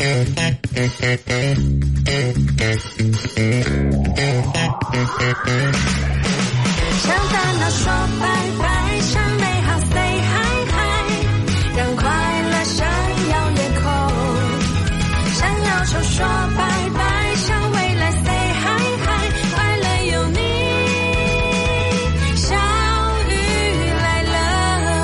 向烦恼说拜拜，向美好 say hi hi， 让快乐闪耀夜空。向忧愁说拜拜，向未来 say hi hi， 快乐有你，小雨来了。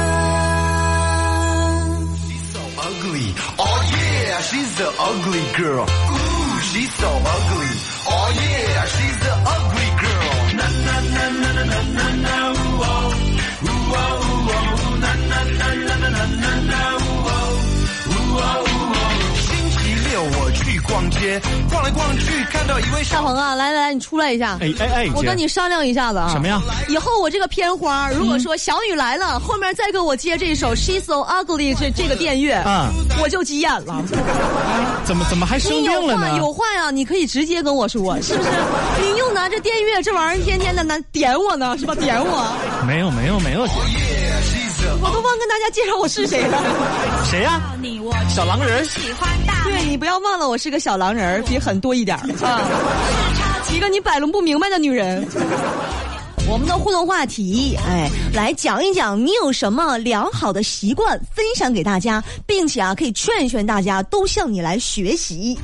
She's so ugly, oh yeah, she's the ugly girl. Ooh, she's so ugly, oh yeah, she's the ugly girl. Na na na na na na na na, ooh oh, ooh oh, ooh oh, na na na na na na na na, ooh oh, ooh oh, ooh oh. 星期六我去逛街，逛来逛去看到一位大鹏啊，来来来，你出来一下。我跟你商量一下子啊。 什么呀？ 以后我这个片花，如果说小雨来了，后面再给我接这首 She's So Ugly 这个电乐，我就急眼了。 怎么还生病了呢？ 有话呀，你可以直接跟我说，是不是？你又拿着电乐这玩意儿天天的点我呢，是吧？点我。 没有。 我都忘跟大家介绍我是谁了。 谁呀？小狼人。 对，你不要忘了我是个小狼人，比很多一点啊。一个你摆弄不明白的女人。我们的互动话题，来讲一讲你有什么良好的习惯分享给大家，并且可以劝大家都向你来学习。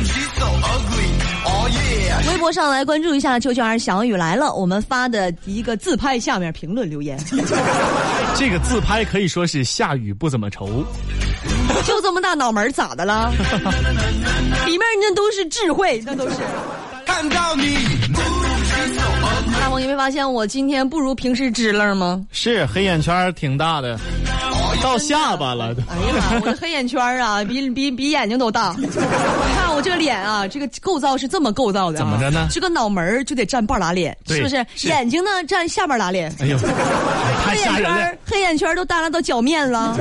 微博上来关注一下992小雨来了，我们发的一个自拍下面评论留言。 这个自拍可以说是下雨不怎么愁。 就这么大脑门咋的了？里面那都是智慧，那都是。 看到你。 大鹏，你没发现我今天不如平时支棱吗？ 是，黑眼圈挺大的，到下巴了。 哎呀妈，我的黑眼圈啊，比眼睛都大。你看我这个脸啊，这个构造是这么构造的。 怎么着呢？ 这个脑门就得占半拉脸，是不是？眼睛呢占下半拉脸。 哎呦，太吓人了！ 黑眼圈都耷拉到脚面了。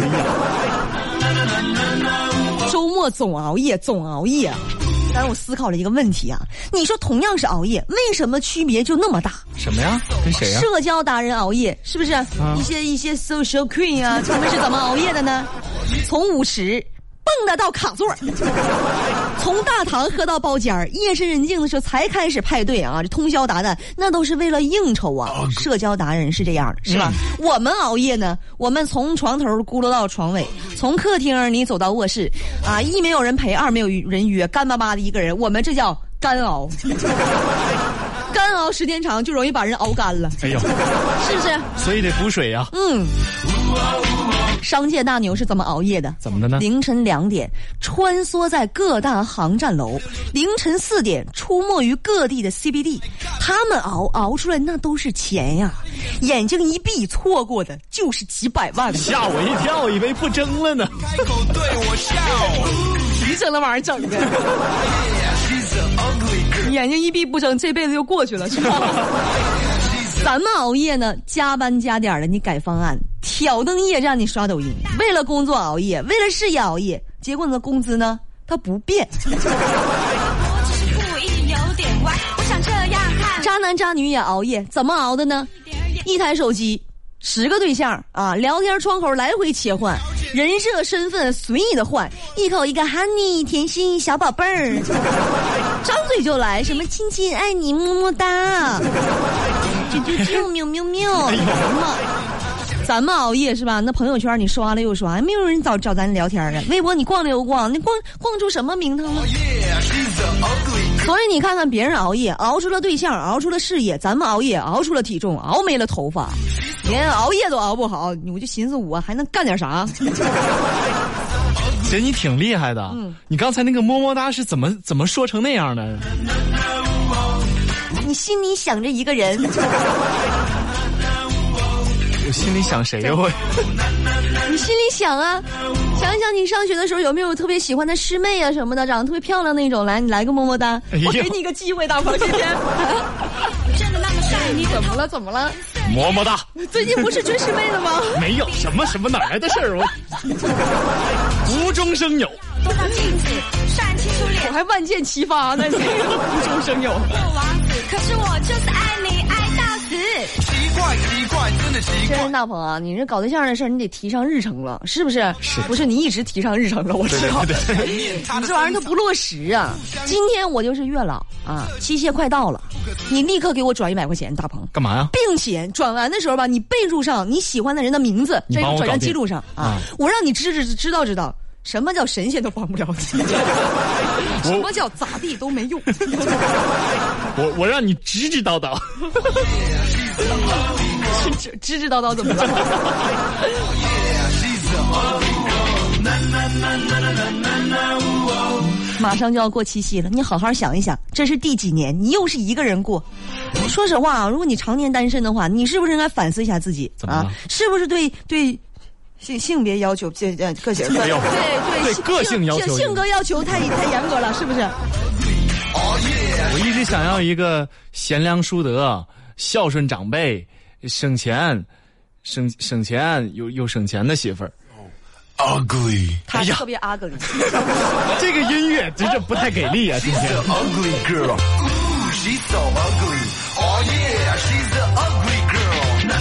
周末总熬夜。但是我思考了一个问题啊，你说同样是熬夜，为什么区别就那么大？ 什么呀？跟谁呀？ 社交达人熬夜是不是？一些 social queen 啊，他们是怎么熬夜的呢？从舞池蹦跶到卡座，从大堂喝到包间，夜深人静的时候才开始派对啊，这通宵达旦，那都是为了应酬啊。社交达人是这样的，是吧？我们熬夜呢，我们从床头咕噜到床尾，从客厅你走到卧室啊，一没有人陪，二没有人约，干巴巴的一个人，我们这叫干熬。干熬时间长就容易把人熬干了。 哎呦， 是不是？ 所以得补水呀。 商界大牛是怎么熬夜的？ 怎么的呢？ 凌晨2点穿梭在各大航站楼，凌晨4点出没于各地的 CBD， 他们熬出来那都是钱呀，眼睛一闭错过的就是几百万。 吓我一跳，以为不争了呢。 开口对我笑， 你整那玩意儿整的。眼睛一闭不争，这辈子就过去了，是吧？咱们熬夜呢，加班加点的你改方案，挑灯夜战你刷抖音，为了工作熬夜，为了事业熬夜，结果你的工资呢，它不变。 我只是故意有点歪，我想这样看。 渣男渣女也熬夜，怎么熬的呢？一台手机10个对象啊，聊天窗口来回切换，人设身份随意的换，一口一个 honey 甜心小宝贝儿，张嘴就来什么亲亲爱你么么哒，啾喵喵喵。哎呦妈！咱们熬夜是吧？那朋友圈你刷了又刷，没有人找咱聊天啊。微博你逛了又逛，你逛出什么名堂了？所以你看看别人熬夜，熬出了对象，熬出了事业，咱们熬夜熬出了体重，熬没了头发，连熬夜都熬不好，我就寻思我还能干点啥？ 姐，你挺厉害的。你刚才那个么么哒是怎么说成那样的？ 你心里想着一个人。 我心里想谁呀？我你心里想啊，想一想你上学的时候有没有特别喜欢的师妹啊什么的，长得特别漂亮那种，来你来个么么哒，我给你个机会，大鹏今天。 真的那么帅？ 你怎么了？ 么么哒。 最近不是追师妹了吗？ 没有什么哪来的事儿，我无中生有。 多照镜子，帅气出脸， 我还万箭齐发呢，这个无中生有。 王子，可是我就是爱你爱到死。 奇怪，真的奇怪。 真是大鹏啊，你这搞对象的事儿，你得提上日程了，是不是？ 是， 不是你一直提上日程了？我知道，你这玩意儿它不落实啊。今天我就是月老啊，期限快到了，你立刻给我转100块钱，大鹏。 干嘛呀？ 并且转完的时候吧，你备注上你喜欢的人的名字，在转账记录上啊，我让你知道什么叫神仙都帮不了你，什么叫咋地都没用。 我让你知道叨。 知道叨怎么了？马上就要过七夕了，你好好想一想，这是第几年？你又是一个人过。说实话啊，如果你常年单身的话，你是不是应该反思一下自己啊？是不是对性别要求个性对个性要求性格要求太严格了，是不是？ 我一直想要一个贤良淑德、孝顺长辈、省钱又省钱的媳妇儿。 Ugly， 他特别 ugly。 这个音乐真是不太给力啊！今天。 Ugly girl, she's so ugly. Oh yeah, she's the ugly girl.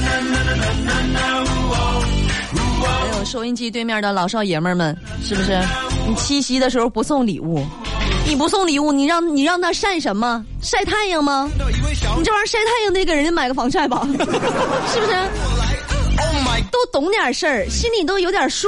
还有收音机对面的老少爷们儿们，是不是？你七夕的时候不送礼物，你不送礼物，你让他晒什么？晒太阳吗？你这玩意儿晒太阳得给人家买个防晒吧，是不是？都懂点事儿，心里都有点数。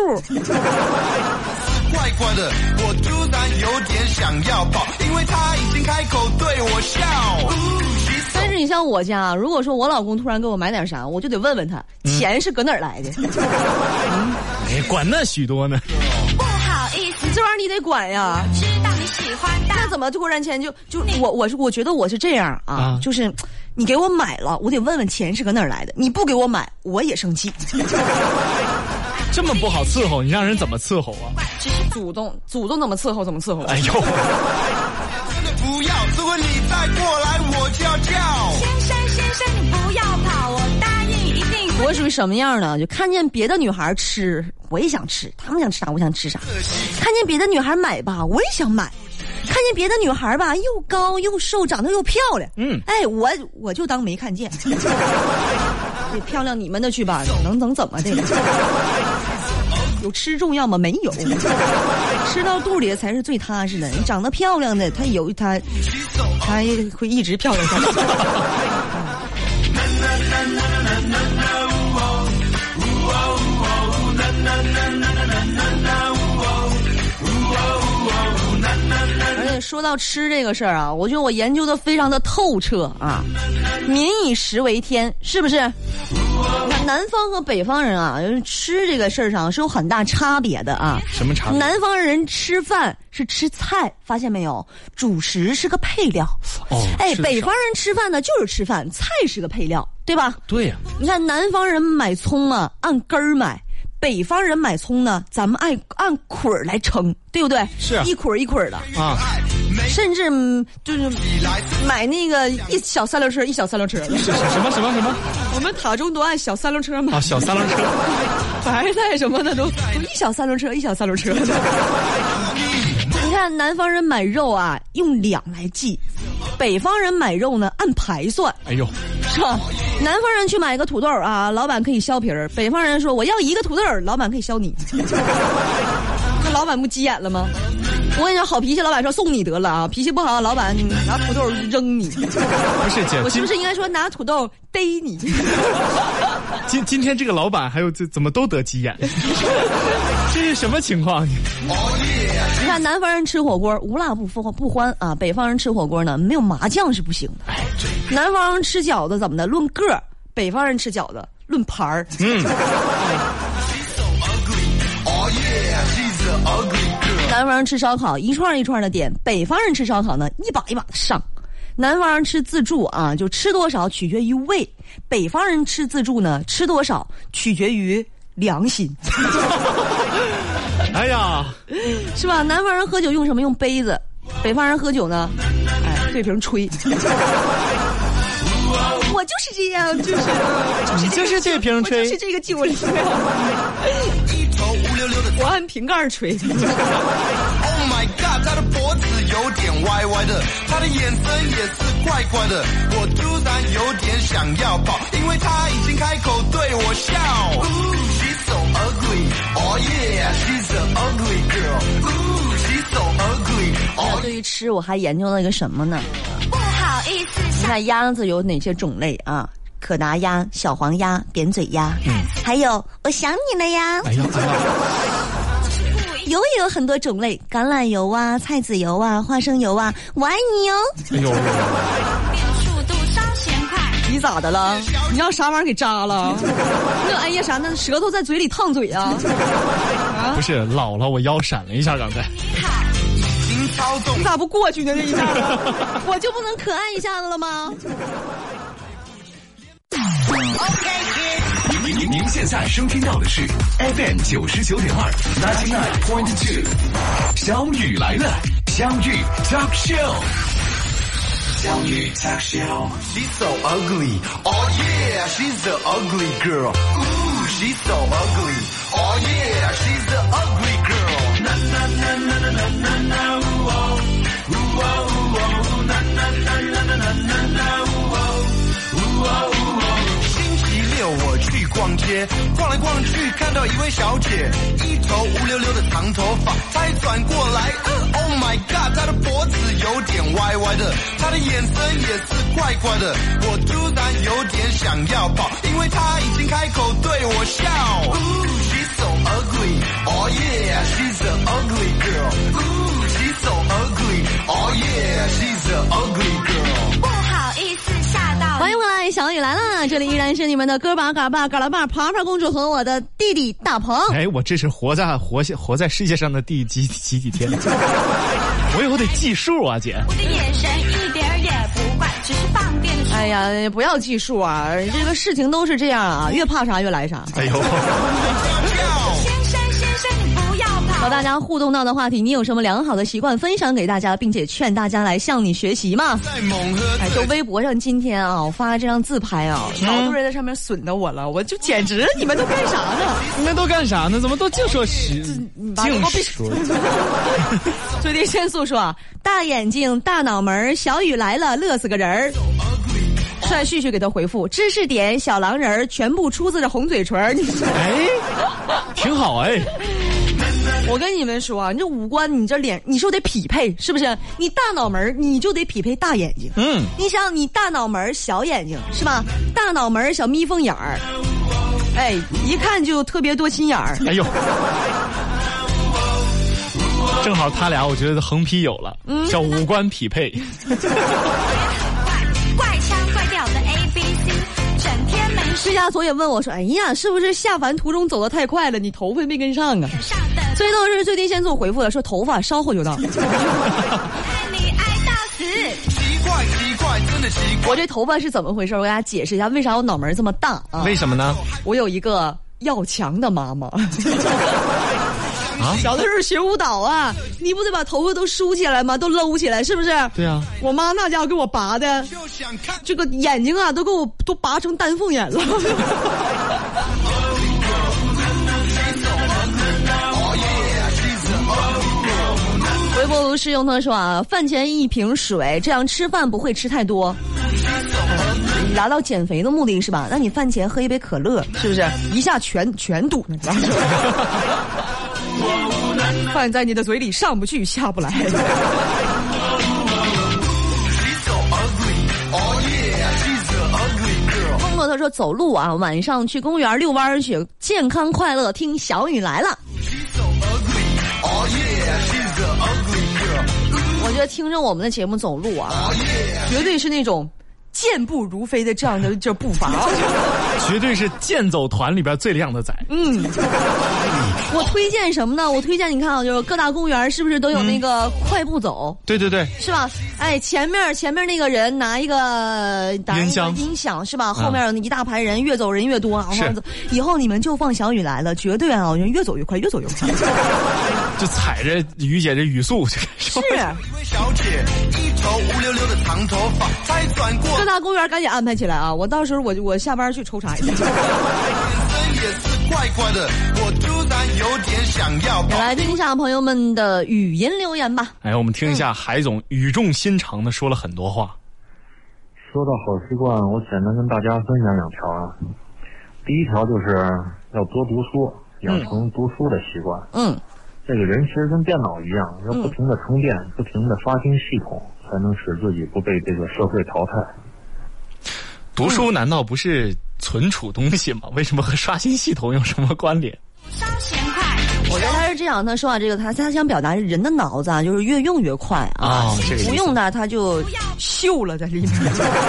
怪怪的，我突然有点想要跑，因为他已经开口对我笑。 但是你像我家，如果说我老公突然给我买点啥，我就得问问他，钱是搁哪儿来的？ 哎，管那许多呢。 不好意思， 这玩意儿你得管呀。 知道你喜欢的。 那怎么突然间就我觉得我是这样啊，就是你给我买了，我得问问钱是搁哪儿来的。你不给我买，我也生气。 这么不好伺候，你让人怎么伺候啊？ 主动怎么伺候怎么伺候。 哎呦， 不要，如果你再过来，我就要叫。 先生，你不要跑，我答应一定会。 我属于什么样呢？就看见别的女孩吃，我也想吃；他们想吃啥，我想吃啥。看见别的女孩买吧，我也想买。看见别的女孩吧，又高又瘦，长得又漂亮。哎，我就当没看见。这漂亮你们的去吧，能怎么的？有吃重要吗？没有，吃到肚里才是最踏实的。你长得漂亮的，她会一直漂亮下去。而且说到吃这个事儿啊，我觉得我研究的非常的透彻啊。民以食为天，是不是？那南方和北方人啊，吃这个事儿上是有很大差别的啊。 什么差别？ 南方人吃饭是吃菜，发现没有？主食是个配料。哎，北方人吃饭呢就是吃饭，菜是个配料，对吧？ 对呀。 你看南方人买葱啊，按根儿买。北方人买葱呢，咱们按捆儿来称，对不对？ 是一捆儿一捆儿的啊， 甚至就是买那个一小三轮车，一小三轮车的。 什么？ 我们塔中都按小三轮车买。 啊，小三轮车， 白菜什么的都一小三轮车，一小三轮车的。你看南方人买肉啊，用两来计。北方人买肉呢，按排算。 哎呦， 是吧？南方人去买个土豆啊，老板可以削皮儿；北方人说我要一个土豆，老板可以削你。那老板不急眼了吗？我跟你说，好脾气老板说送你得了啊，脾气不好老板拿土豆扔你。 不是姐， 我是不是应该说拿土豆逮你？ 今天这个老板还有怎么都得急眼？这是什么情况？ 你看南方人吃火锅无辣不欢啊，北方人吃火锅呢没有麻酱是不行的。南方人吃饺子怎么的论个儿，北方人吃饺子论盘儿。南方人吃烧烤一串一串的点，北方人吃烧烤呢一把一把的上。南方人吃自助啊，就吃多少取决于胃；北方人吃自助呢，吃多少取决于良心。 哎呀， 是吧？南方人喝酒用什么？用杯子。北方人喝酒呢，哎，对瓶吹。我就是这样， 你就是这瓶吹， 我就是这个酒量。我按瓶盖吹。 Oh my god， 他的脖子有点歪歪的，她的眼神也是怪怪的，我突然有点想要跑，因为她已经开口对我笑。She's so ugly, oh yeah, she's an ugly girl. She's so ugly, oh. 对于吃，我还研究了一个什么呢？ 不好意思， 你看鸭子有哪些种类啊？可达鸭、小黄鸭、扁嘴鸭，还有我想你了呀。 哎呀， 油也有很多种类，橄榄油啊、菜籽油啊、花生油啊，我爱你哦。 哎呦， 速度稍显快。 你咋的了？你让啥玩意儿给扎了？那哎呀啥？那舌头在嘴里烫嘴啊？ 不是姥姥，我腰闪了一下，刚才。 你咋不过去呢？这一下我就不能可爱一下子了吗？ 您现在收听到的是 FM 99.2 99.2 小雨来了，小雨 Talk Show， 小雨 Talk Show。 She's so ugly, oh yeah, she's the ugly girl. Ooh, she's so ugly, oh yeah, she's the ugly girl. Na na na na na na na na, ooh oh, ooh oh, ooh oh, na na na na na na na na, ooh oh, ooh oh, ooh oh. 星期六我去逛街，逛来逛去看到一位小姐，一头乌溜溜的长头发，她一转过来，Oh my god， 她的脖子有点歪歪的，她的眼神也是怪怪的，我突然有点想要跑，因为她已经开口对我笑。Ooh, she's so ugly, oh yeah, she's an ugly girl. Ooh, she's so ugly, oh yeah, she's an ugly girl. 不好意思，吓到欢迎回来，小雨来了！这里依然是你们的哥把嘎巴嘎拉巴爬爬公主和我的弟弟大鹏。 哎，我这是活在世界上的第几天？我以后得计数啊，姐。 我的眼神一点儿也不怪，只是放电的时候。 哎呀，不要计数啊！这个事情都是这样啊，越怕啥越来啥。 哎呦， 先生，你不要跑。 和大家互动到的话题，你有什么良好的习惯分享给大家，并且劝大家来向你学习吗？哎，就微博上今天啊，我发了这张自拍啊，好多人在上面损到我了，我就简直你们都干啥呢？ 你们都干啥呢？怎么都净说净说？ 最低限速说啊，大眼睛大脑门，小雨来了，乐死个人儿。帅旭旭给他回复：知识点小狼人儿全部出自这红嘴唇。 哎，挺好哎。 我跟你们说啊，你这五官，你这脸，你说得匹配，是不是？你大脑门你就得匹配大眼睛。你想你大脑门小眼睛是吧？大脑门小眯缝眼儿，哎，一看就特别多心眼儿。 哎呦，正好他俩，我觉得横批有了，叫五官匹配。 怪腔怪调的 ABC， 整天没事。 施家所也问我说：“哎呀，是不是下凡途中走得太快了，你头发没跟上啊？”所以都是最低限速回复的，说头发稍后就到。 爱你爱到死。 奇怪，真的奇怪。 我这头发是怎么回事？我给大家解释一下，为啥我脑门这么大啊？ 为什么呢？ 我有一个要强的妈妈。小的时候学舞蹈啊，你不得把头发都梳起来吗？都搂起来，是不是？ 对啊。 我妈那家伙给我拔的，这个眼睛啊，都拔成丹凤眼了。微波炉试用他说啊，饭前一瓶水，这样吃饭不会吃太多，达到减肥的目的是吧？那你饭前喝一杯可乐，是不是一下全堵呢？饭在你的嘴里上不去下不来。梦乐他说走路啊，晚上去公园遛弯去，健康快乐听小雨来了。我觉得听着我们的节目走路啊，绝对是那种健步如飞的这样的这步伐， 绝对是健走团里边最靓的仔。 我推荐什么呢？我推荐你看啊，就是各大公园是不是都有那个快步走？ 对对对， 是吧？哎，前面那个人拿一个音响是吧？后面有一大排人，越走人越多啊。以后你们就放小雨来了，绝对啊，越走越快，越走越快。 就踩着于姐这语速就是。 小姐一头乌溜溜的长头发，才转过。 各大公园赶紧安排起来啊！我到时候我下班去抽查一下。 眼神也是怪怪的，我突然有点想要抱。 来听一下朋友们的语音留言吧。 哎，我们听一下海总语重心长的说了很多话。 说到好习惯，我简单跟大家分享2条啊。第一条就是要多读书，养成读书的习惯。这个人其实跟电脑一样，要不停的充电，不停的刷新系统，才能使自己不被这个社会淘汰。 读书难道不是存储东西吗？为什么和刷新系统有什么关联？ 我觉得他是这样，他说这个他想表达人的脑子啊，就是越用越快啊，不用的他就锈了在里面。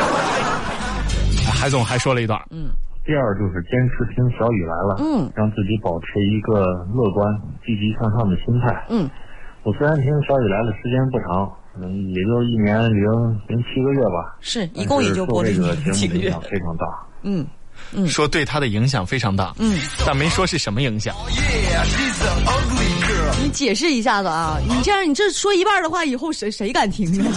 海总还说了一段， 第二就是坚持听小雨来了，让自己保持一个乐观、积极向上的心态。我虽然听小雨来了时间不长，也就1年07个月吧， 是一共也就播这个节目影响非常大。 说对他的影响非常大，但没说是什么影响。 你解释一下子啊！你这样，你这说一半的话，以后谁敢听呢？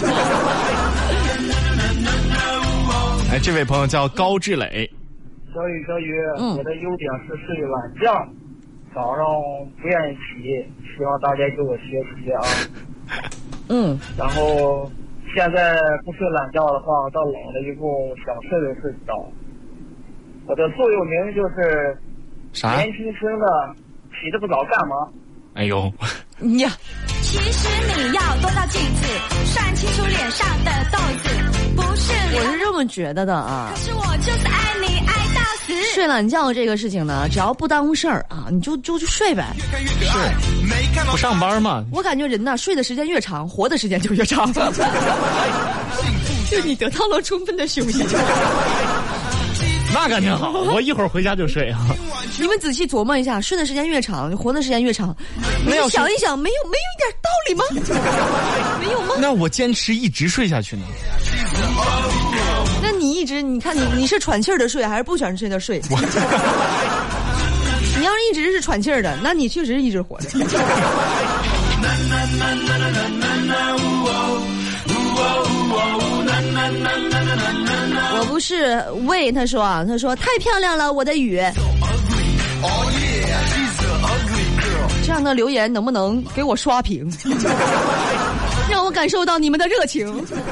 哎，这位朋友叫高志磊。 小雨，我的优点是睡懒觉，早上不愿意起，希望大家给我学习啊。然后现在不睡懒觉的话，到冷了以后想睡都睡不着。我的座右铭就是啥？ 年轻轻的起得不早干嘛？ 哎呦呀！ 其实你要多照镜子，算清楚脸上的痘子，不是我是这么觉得的啊。 可是我就是爱你爱到死。 睡懒觉这个事情呢，只要不耽误事儿啊，你就睡呗。 是不上班嘛？ 我感觉人呐，睡的时间越长，活的时间就越长。就你得到了充分的休息。 那感情好，我一会儿回家就睡啊。 你们仔细琢磨一下，睡的时间越长，活的时间越长。你想一想，没有一点道理吗？没有吗？ 那我坚持一直睡下去呢？ 那你看你是喘气儿的睡，还是不喘气的睡？你要是一直是喘气儿的，那你确实一直活着。我不是为他说太漂亮了，我的雨。这样的留言能不能给我刷屏，让我感受到你们的热情。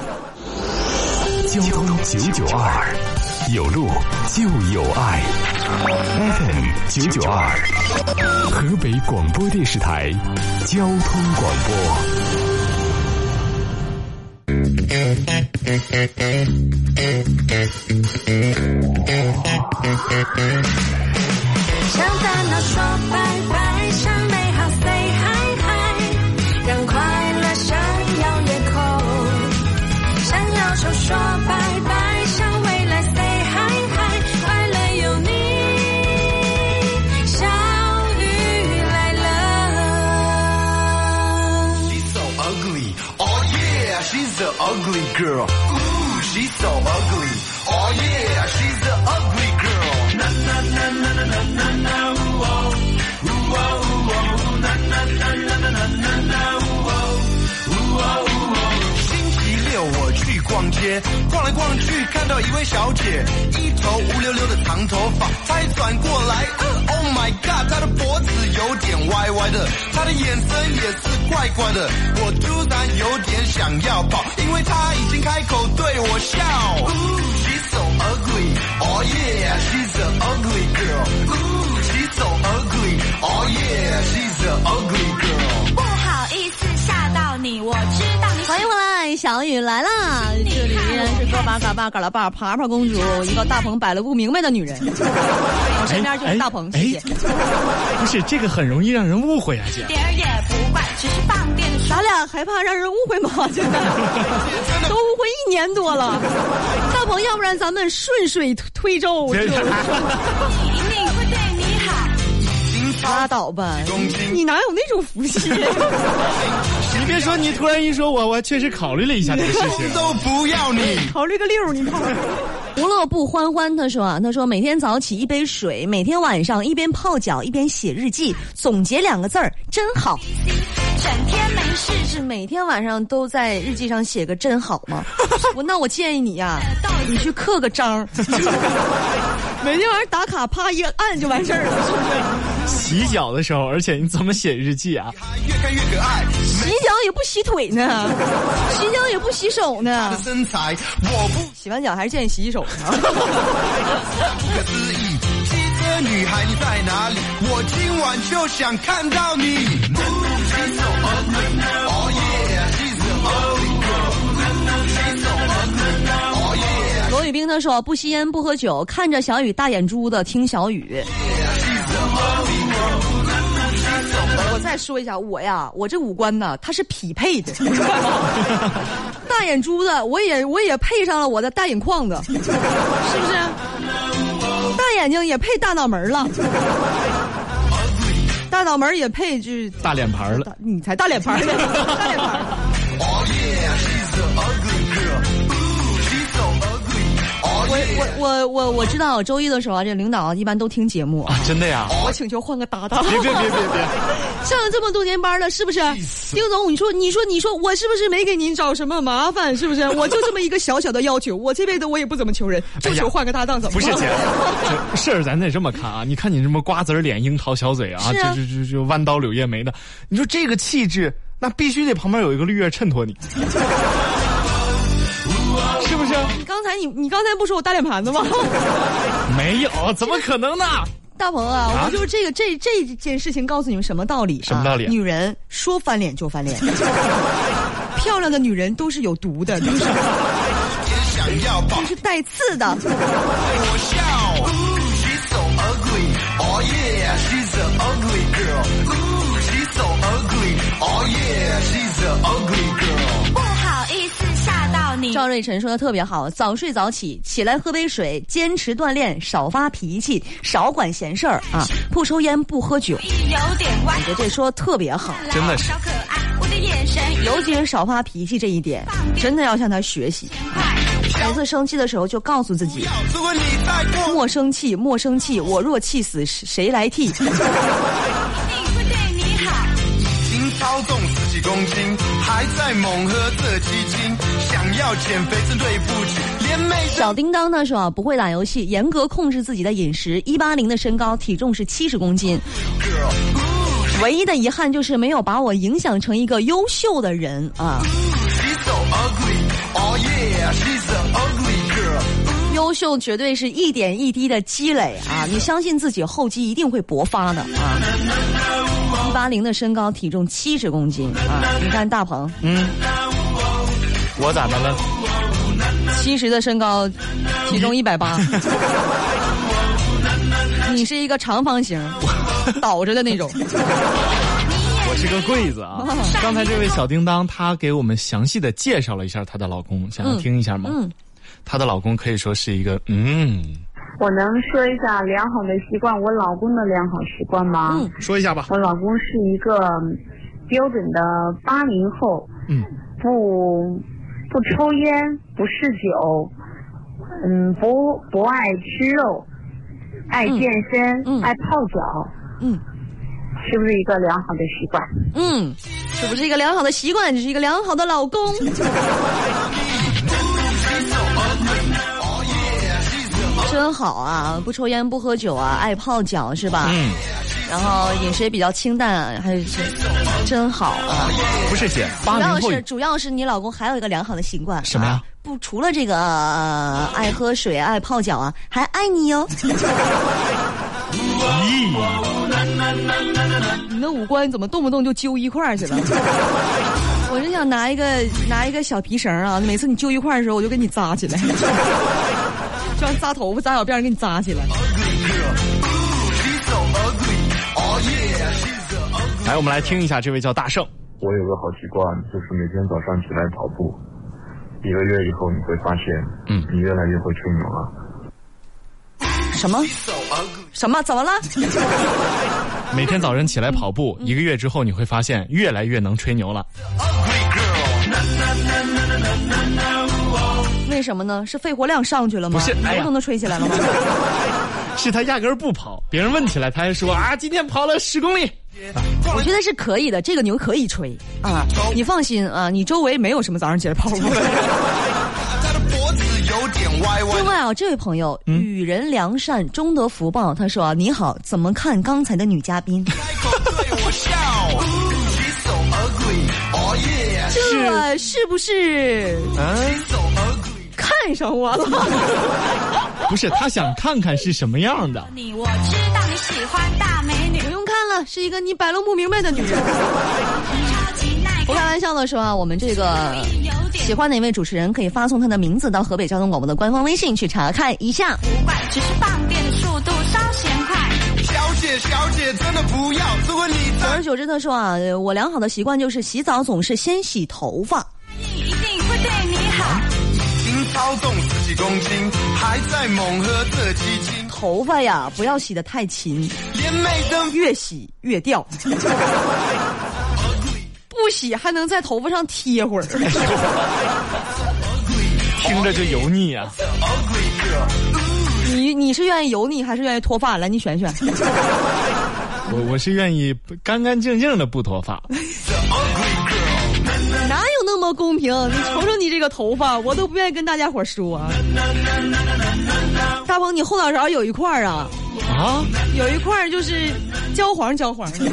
交通992，有路就有爱。FM 992，河北广播电视台交通广播。 向烦恼说拜拜，向美好 say hi hi， 让快乐闪耀夜空。向忧愁说拜拜，向未来 say hi hi， 快乐有你，小雨来了。 She's so ugly, oh yeah, she's the ugly girl. Ooh, she's so ugly, oh yeah, she's the ugly girl. Na na na na na na na na, ooh oh, ooh oh, ooh oh, na na na na na na na na, ooh oh, ooh oh, ooh oh. 星期六我去逛街，逛来逛去看到一位小姐，一头乌溜溜的长头发，才转过来，Oh my god， 她的脖子有点歪歪的，她的眼神也是怪怪的，我突然有点想要抱，因为她已经开口对我笑。Ooh, she's so ugly, oh yeah, she's the ugly girl. Ooh, she's so ugly, oh yeah, she's the ugly girl. 不好意思吓到你，我知道你。 欢迎回来，小雨来啦！这里依然是个巴嘎巴嘎拉巴爬爬公主，一个大鹏摆了不明白的女人。我身边就是大鹏，谢谢。 不是这个很容易让人误会啊，姐。 点儿也不怪，只是放电的。 咱俩害怕让人误会吗？现在都误会1年多了。大鹏，要不然咱们顺水推舟， 一定会对你好。 拉倒吧，你哪有那种福气？ 你别说，你突然一说，我确实考虑了一下这个事情。 都不要你， 考虑个溜，你看。无乐不欢欢，他说每天早起一杯水，每天晚上一边泡脚一边写日记，总结2个字儿，真好。 整天没事， 是每天晚上都在日记上写个真好吗？那我建议你呀，你去刻个章。 每天晚上打卡，啪一按就完事儿了，是不是？ 洗脚的时候，而且你怎么写日记啊？ 越看越可爱， 洗脚也不洗腿呢，洗脚也不洗手呢。 身材我不洗完脚还是建议洗洗手呢。 不可思议，汽车女孩你在哪里？我今晚就想看到你。She's so ugly, oh yeah, she's so ugly girl. She's so ugly, oh yeah. 罗宇冰他说不吸烟不喝酒，看着小雨大眼珠子听小雨。我再说一下，我这五官呢，它是匹配的。大眼珠子，我也配上了我的大眼眶子，是不是？大眼睛也配大脑门了，大脑门也配就是大脸盘了。 你才大脸盘呢，大脸盘。 Oh yeah, she's so ugly girl. She's so ugly. Oh yeah. 我知道周一的时候啊，这领导一般都听节目啊，真的呀。 我请求换个搭档。 别， 上了这么多年班了，是不是？丁总，你说，我是不是没给您找什么麻烦？是不是？我就这么一个小小的要求，我这辈子我也不怎么求人，就求换个搭档，怎么？ 不是姐，这事儿咱得这么看啊！你看你这么瓜子脸、樱桃小嘴啊，这弯刀柳叶眉的，你说这个气质，那必须得旁边有一个绿叶衬托你。是不是？ 你刚才不说我大脸盘子吗？ 没有，怎么可能呢？ 大鹏啊，我就是这件事情告诉你们什么道理？ 什么道理？ 女人说翻脸就翻脸，漂亮的女人都是有毒的，都是带刺的。 我笑 She's so ugly. Oh yeah, she's an ugly girl. She's so ugly. Oh yeah, she's an ugly girl. 不好意思吓到你。 赵瑞晨说的特别好，早睡早起，起来喝杯水，坚持锻炼，少发脾气，少管闲事儿啊，不抽烟不喝酒。 有点歪， 我觉得这说的特别好， 真的是。 小可爱，我的眼神， 尤其是少发脾气这一点，真的要向他学习。每次生气的时候就告诉自己，莫生气，莫生气，我若气死谁来替？ 超重10几公斤，还在猛喝这鸡精，想要减肥真对不起，连妹。 小叮当呢说不会打游戏，严格控制自己的饮食，180的身高，体重是70公斤。唯一的遗憾就是没有把我影响成一个优秀的人啊。优秀绝对是一点一滴的积累啊！你相信自己，后期一定会勃发的啊！180的身高，体重70公斤啊！你看大鹏， 我咋的了 ？70的身高，体重180，你是一个长方形，倒着的那种。 我是个柜子啊！刚才这位小叮当，她给我们详细的介绍了一下她的老公，想要听一下吗？她的老公可以说是一个我能说一下良好的习惯，我老公的良好习惯吗？ 说一下吧。 我老公是一个标准的80后，不抽烟，不嗜酒，不爱吃肉，爱健身，爱泡脚，是不是一个良好的习惯？ 是不是一个良好的习惯？这是一个良好的老公。真好啊，不抽烟不喝酒啊，爱泡脚是吧？然后饮食也比较清淡，还是真好啊。 不是姐， 主要是你老公还有一个良好的习惯。 什么呀？ 不，除了这个爱喝水爱泡脚啊，还爱你哟。你那五官怎么动不动就揪一块儿去了？我是想拿一个小皮绳啊，每次你揪一块儿的时候，我就给你扎起来，就像扎头发扎小辫给你扎起来。 来，我们来听一下这位叫大圣。 我有个好习惯，就是每天早上起来跑步，1个月以后你会发现，你越来越会吹牛了。 什么？怎么了？ 每天早晨起来跑步，1个月之后你会发现越来越能吹牛了。 为什么呢？是肺活量上去了吗？ 不是， 牛都能吹起来了吗？ 是他压根儿不跑，别人问起来他还说今天跑了10公里。 我觉得是可以的，这个牛可以吹啊！你放心啊，你周围没有什么早上起来跑步的。 另外啊，这位朋友与人良善，终得福报。他说啊，你好，怎么看刚才的女嘉宾？这是不是看上我了？ 不是，他想看看是什么样的。 我知道你喜欢大美女， 不用看了，是一个你摆弄不明白的女人。不开玩笑的说啊，我们这个喜欢哪位主持人可以发送他的名字到河北交通广播的官方微信去查看一下。 不管只是放电的速度稍嫌快。 小姐真的不要，如果你久而久之他说啊，我良好的习惯就是洗澡总是先洗头发。 一定会对你好。 操纵10几公斤，还在猛喝这几斤。 头发呀，不要洗得太勤，越洗越掉。不洗还能在头发上贴会儿。 听着就油腻啊。 你是愿意油腻还是愿意脱发？来，你选选。 我是愿意干干净净的不脱发。 哪有那么公平？你瞅瞅你这个头发，我都不愿意跟大家伙说啊。大鹏，你后脑勺有一块啊，有一块就是焦黄的。焦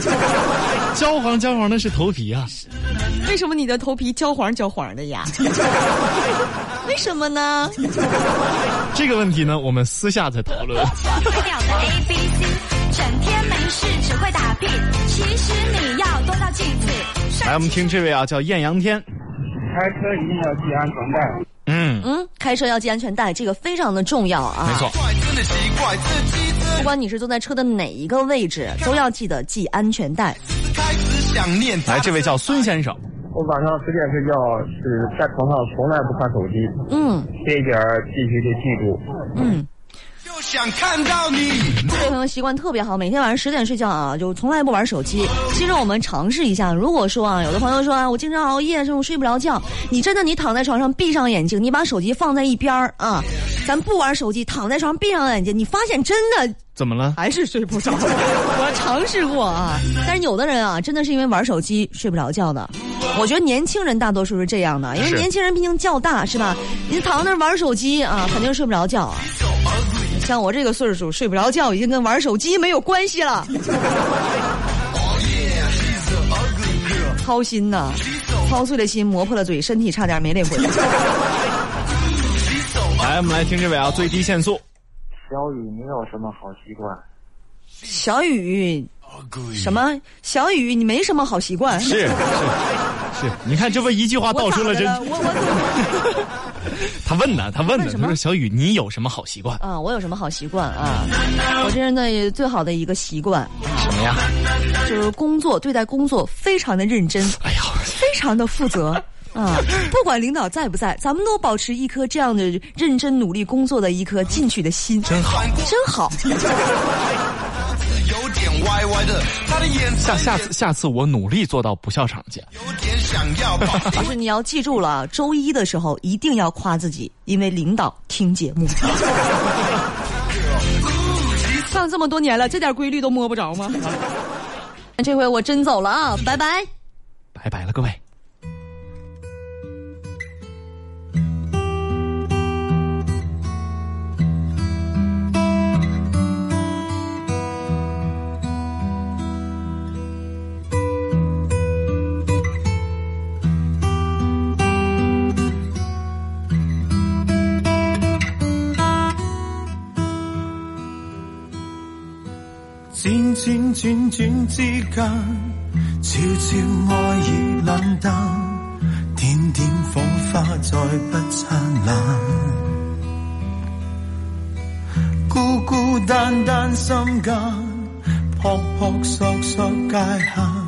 黄的是头皮啊。 为什么你的头皮焦黄的呀？为什么呢？ 这个问题呢，我们私下再讨论。 鸟的 ABC， 整天没事只会打屁，其实你要多照镜子。 来，我们听这位啊，叫艳阳天。 开车一定要系安全带。 开车要系安全带，这个非常的重要啊。 没错。 不管你是坐在车的哪一个位置，都要记得系安全带。 来，这位叫孙先生。 我晚上10点睡觉是在床上从来不看手机。这一点必须得记住。 就想看到你。 这位朋友习惯特别好，每天晚上10点睡觉啊，就从来不玩手机。其实我们尝试一下，如果说啊，有的朋友说啊，我经常熬夜，我睡不着觉，你躺在床上闭上眼睛，你把手机放在一边啊，咱不玩手机，躺在床上闭上眼睛，你发现真的怎么了？ 还是睡不着。我尝试过啊，但是有的人啊，真的是因为玩手机睡不着觉的。我觉得年轻人大多数是这样的，因为年轻人毕竟较大，是吧？你躺在那玩手机啊，肯定睡不着觉啊。像我这个岁数睡不着觉，已经跟玩手机没有关系了。操心呐，操碎了心，磨破了嘴，身体差点没那回。 来，我们来听这位啊，最低限速。 小雨，你有什么好习惯？ 小雨，什么？小雨，你没什么好习惯。 是，你看这不一句话道出了真。他问呢，他说小雨，你有什么好习惯？ 我有什么好习惯啊？我这人的最好的一个习惯什么呀？ 就是对待工作非常的认真，非常的负责。不管领导在不在，咱们都保持一颗这样的认真努力工作的一颗进取的心， 真好。 有点歪歪的，他的眼下次我努力做到不笑场去。 有点想要。 可是你要记住了，周一的时候一定要夸自己，因为领导听节目。上这么多年了，这点规律都摸不着吗？这回我真走了啊，拜拜， 拜拜了各位。 轉轉轉之間，悄悄愛已冷淡，點點火花再不燦爛，孤孤單單心間，撲撲索索界限。